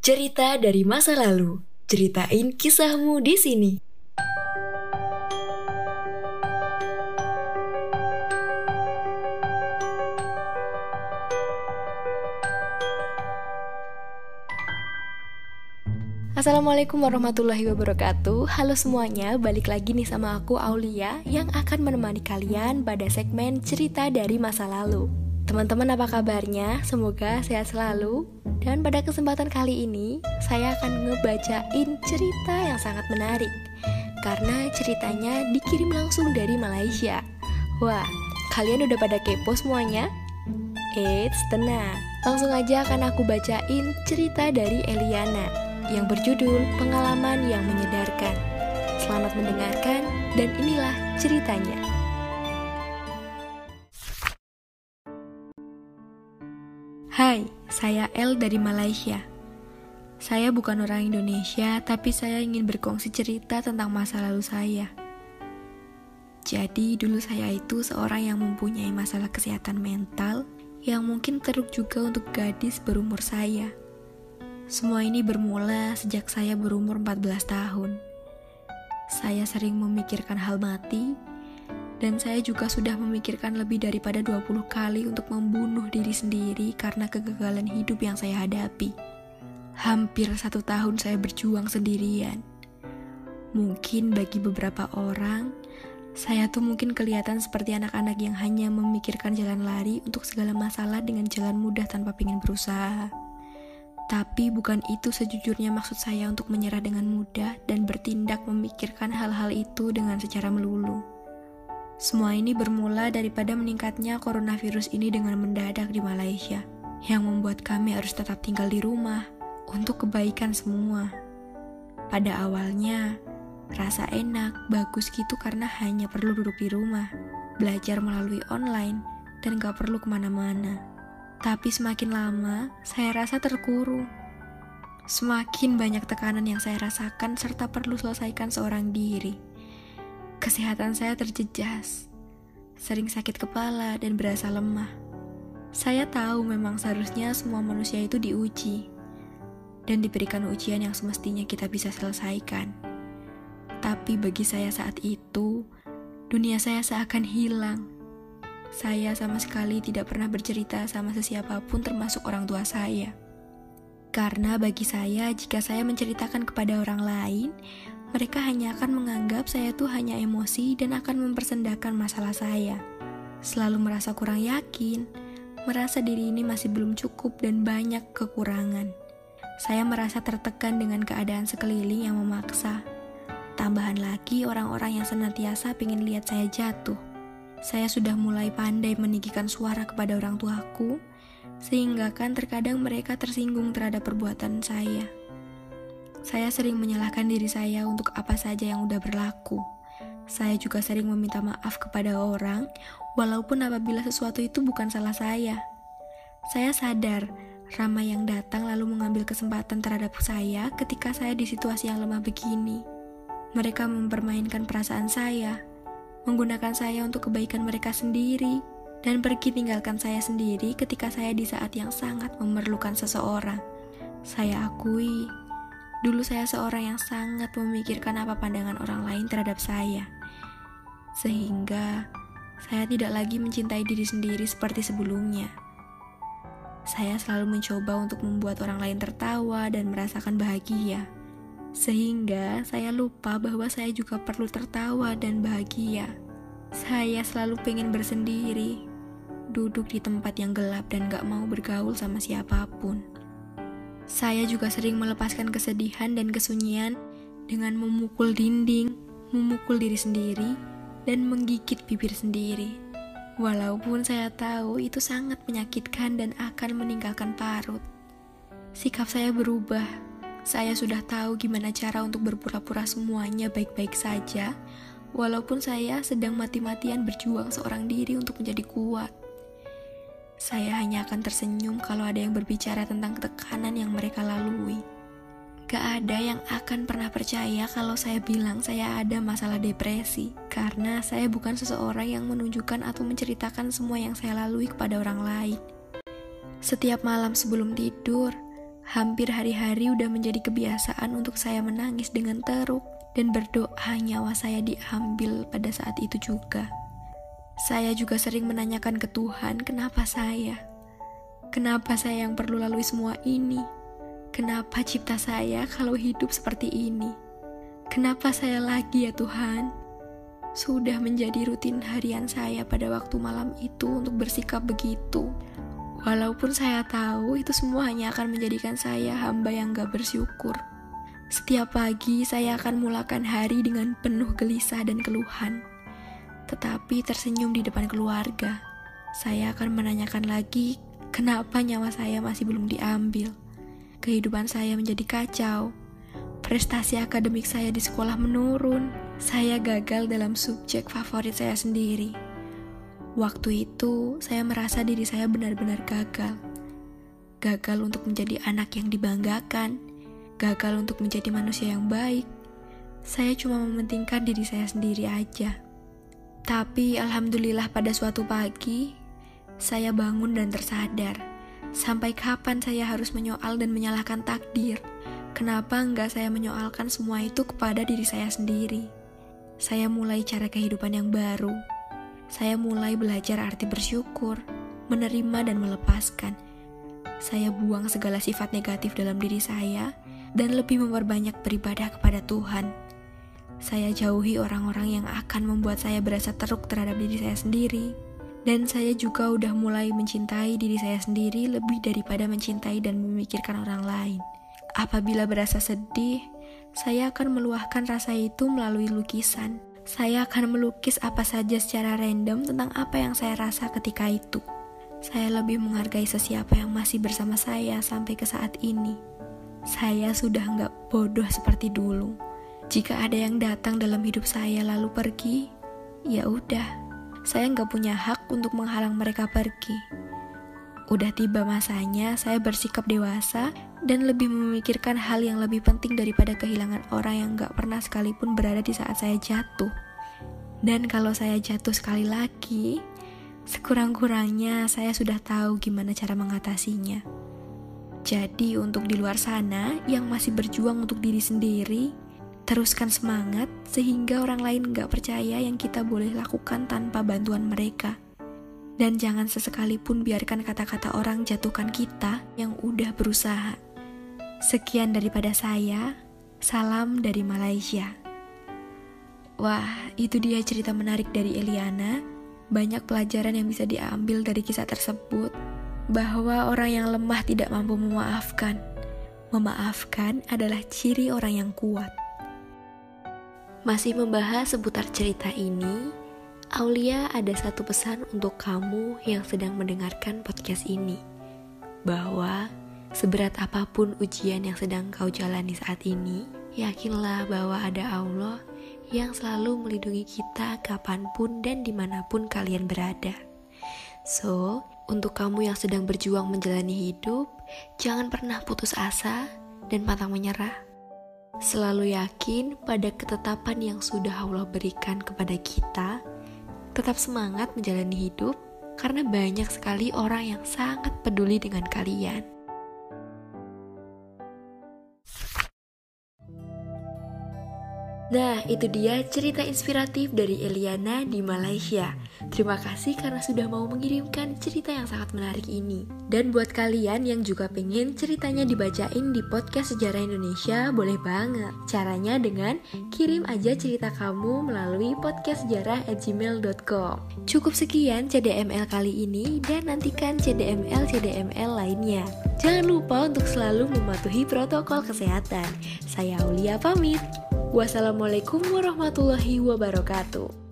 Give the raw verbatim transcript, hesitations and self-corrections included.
Cerita dari masa lalu. Ceritain kisahmu di sini. Assalamualaikum warahmatullahi wabarakatuh. Halo semuanya, balik lagi nih sama aku Aulia yang akan menemani kalian pada segmen cerita dari masa lalu. Teman-teman apa kabarnya? Semoga sehat selalu. Dan pada kesempatan kali ini, saya akan ngebacain cerita yang sangat menarik karena ceritanya dikirim langsung dari Malaysia. Wah, kalian udah pada kepo semuanya? Eits, tenang. Langsung aja akan aku bacain cerita dari Eliana yang berjudul Pengalaman yang Menyedarkan. Selamat mendengarkan, dan inilah ceritanya. Hai, saya El dari Malaysia. Saya bukan orang Indonesia, tapi saya ingin berkongsi cerita tentang masa lalu saya. Jadi, dulu saya itu seorang yang mempunyai masalah kesehatan mental yang mungkin teruk juga untuk gadis berumur saya. Semua ini bermula sejak saya berumur empat belas tahun. Saya sering memikirkan hal mati, dan saya juga sudah memikirkan lebih daripada dua puluh kali untuk membunuh diri sendiri karena kegagalan hidup yang saya hadapi. Hampir satu tahun saya berjuang sendirian. Mungkin bagi beberapa orang, saya tuh mungkin kelihatan seperti anak-anak yang hanya memikirkan jalan lari untuk segala masalah dengan jalan mudah tanpa pengen berusaha. Tapi bukan itu sejujurnya maksud saya untuk menyerah dengan mudah dan bertindak memikirkan hal-hal itu dengan secara melulu. Semua ini bermula daripada meningkatnya coronavirus ini dengan mendadak di Malaysia, yang membuat kami harus tetap tinggal di rumah untuk kebaikan semua. Pada awalnya, rasa enak, bagus gitu karena hanya perlu duduk di rumah, belajar melalui online, dan gak perlu kemana-mana. Tapi semakin lama, saya rasa terkurung. Semakin banyak tekanan yang saya rasakan serta perlu selesaikan seorang diri. Kesehatan saya terjejas, sering sakit kepala dan berasa lemah. Saya tahu memang seharusnya semua manusia itu diuji dan diberikan ujian yang semestinya kita bisa selesaikan. Tapi bagi saya saat itu, dunia saya seakan hilang. Saya sama sekali tidak pernah bercerita sama sesiapapun termasuk orang tua saya. Karena bagi saya, jika saya menceritakan kepada orang lain, mereka hanya akan menganggap saya tuh hanya emosi dan akan mempersendakan masalah saya. Selalu merasa kurang yakin, merasa diri ini masih belum cukup dan banyak kekurangan. Saya merasa tertekan dengan keadaan sekeliling yang memaksa. Tambahan lagi orang-orang yang senantiasa pengen lihat saya jatuh. Saya sudah mulai pandai meninggikan suara kepada orang tuaku, sehingga kan terkadang mereka tersinggung terhadap perbuatan saya. Saya sering menyalahkan diri saya untuk apa saja yang udah berlaku. Saya juga sering meminta maaf kepada orang, walaupun apabila sesuatu itu bukan salah saya. Saya sadar, ramai yang datang lalu mengambil kesempatan terhadap saya ketika saya di situasi yang lemah begini. Mereka mempermainkan perasaan saya, menggunakan saya untuk kebaikan mereka sendiri, dan pergi tinggalkan saya sendiri ketika saya di saat yang sangat memerlukan seseorang. Saya akui, dulu saya seorang yang sangat memikirkan apa pandangan orang lain terhadap saya, sehingga saya tidak lagi mencintai diri sendiri seperti sebelumnya. Saya selalu mencoba untuk membuat orang lain tertawa dan merasakan bahagia, sehingga saya lupa bahwa saya juga perlu tertawa dan bahagia. Saya selalu pengen bersendiri, duduk di tempat yang gelap dan gak mau bergaul sama siapapun. Saya juga sering melepaskan kesedihan dan kesunyian dengan memukul dinding, memukul diri sendiri, dan menggigit bibir sendiri. Walaupun saya tahu itu sangat menyakitkan dan akan meninggalkan parut. Sikap saya berubah. Saya sudah tahu gimana cara untuk berpura-pura semuanya baik-baik saja, walaupun saya sedang mati-matian berjuang seorang diri untuk menjadi kuat. Saya hanya akan tersenyum kalau ada yang berbicara tentang tekanan yang mereka lalui. Gak ada yang akan pernah percaya kalau saya bilang saya ada masalah depresi, karena saya bukan seseorang yang menunjukkan atau menceritakan semua yang saya lalui kepada orang lain. Setiap malam sebelum tidur, Hampir hari-hari udah menjadi kebiasaan untuk saya menangis dengan teruk dan berdoa nyawa saya diambil pada saat itu juga. Saya juga sering menanyakan ke Tuhan, kenapa saya? Kenapa saya yang perlu lalui semua ini? Kenapa cipta saya kalau hidup seperti ini? Kenapa saya lagi ya Tuhan? Sudah menjadi rutin harian saya pada waktu malam itu untuk bersikap begitu. Walaupun saya tahu itu semua hanya akan menjadikan saya hamba yang gak bersyukur. Setiap pagi saya akan mulakan hari dengan penuh gelisah dan keluhan. Tetapi tersenyum di depan keluarga. Saya akan menanyakan lagi kenapa nyawa saya masih belum diambil. Kehidupan saya menjadi kacau. Prestasi akademik saya di sekolah menurun. Saya gagal dalam subjek favorit saya sendiri. Waktu itu, saya merasa diri saya benar-benar gagal. Gagal untuk menjadi anak yang dibanggakan. Gagal untuk menjadi manusia yang baik. Saya cuma mementingkan diri saya sendiri aja. Tapi alhamdulillah pada suatu pagi, saya bangun dan tersadar. Sampai kapan saya harus menyoal dan menyalahkan takdir? Kenapa enggak saya menyoalkan semua itu kepada diri saya sendiri? Saya mulai cara kehidupan yang baru. Saya mulai belajar arti bersyukur, menerima dan melepaskan. Saya buang segala sifat negatif dalam diri saya dan lebih memperbanyak beribadah kepada Tuhan. Saya jauhi orang-orang yang akan membuat saya berasa teruk terhadap diri saya sendiri. Dan saya juga udah mulai mencintai diri saya sendiri lebih daripada mencintai dan memikirkan orang lain. Apabila berasa sedih, saya akan meluahkan rasa itu melalui lukisan. Saya akan melukis apa saja secara random tentang apa yang saya rasa ketika itu. Saya lebih menghargai sesiapa yang masih bersama saya sampai ke saat ini. Saya sudah nggak bodoh seperti dulu. Jika ada yang datang dalam hidup saya lalu pergi, ya udah, saya nggak punya hak untuk menghalang mereka pergi. Udah tiba masanya saya bersikap dewasa dan lebih memikirkan hal yang lebih penting daripada kehilangan orang yang gak pernah sekalipun berada di saat saya jatuh. Dan kalau saya jatuh sekali lagi, sekurang-kurangnya saya sudah tahu gimana cara mengatasinya. Jadi untuk di luar sana yang masih berjuang untuk diri sendiri, teruskan semangat sehingga orang lain gak percaya yang kita boleh lakukan tanpa bantuan mereka. Dan jangan sesekalipun biarkan kata-kata orang jatuhkan kita yang udah berusaha. Sekian daripada saya, salam dari Malaysia. Wah, itu dia cerita menarik dari Eliana. Banyak pelajaran yang bisa diambil dari kisah tersebut, bahwa orang yang lemah tidak mampu memaafkan. Memaafkan adalah ciri orang yang kuat. Masih membahas seputar cerita ini, Aulia ada satu pesan untuk kamu yang sedang mendengarkan podcast ini, bahwa seberat apapun ujian yang sedang kau jalani saat ini, yakinlah bahwa ada Allah yang selalu melindungi kita kapanpun dan dimanapun kalian berada. So, untuk kamu yang sedang berjuang menjalani hidup, jangan pernah putus asa dan pantang menyerah. Selalu yakin pada ketetapan yang sudah Allah berikan kepada kita. Tetap semangat menjalani hidup, karena banyak sekali orang yang sangat peduli dengan kalian. Nah, itu dia cerita inspiratif dari Eliana di Malaysia. Terima kasih karena sudah mau mengirimkan cerita yang sangat menarik ini. Dan buat kalian yang juga pengen ceritanya dibacain di podcast Sejarah Indonesia, boleh banget. Caranya dengan kirim aja cerita kamu melalui podcast sejarah at gmail dot com. Cukup sekian C D M L kali ini, dan nantikan C D M L-C D M L lainnya. Jangan lupa untuk selalu mematuhi protokol kesehatan. Saya Aulia pamit. Wassalamualaikum warahmatullahi wabarakatuh.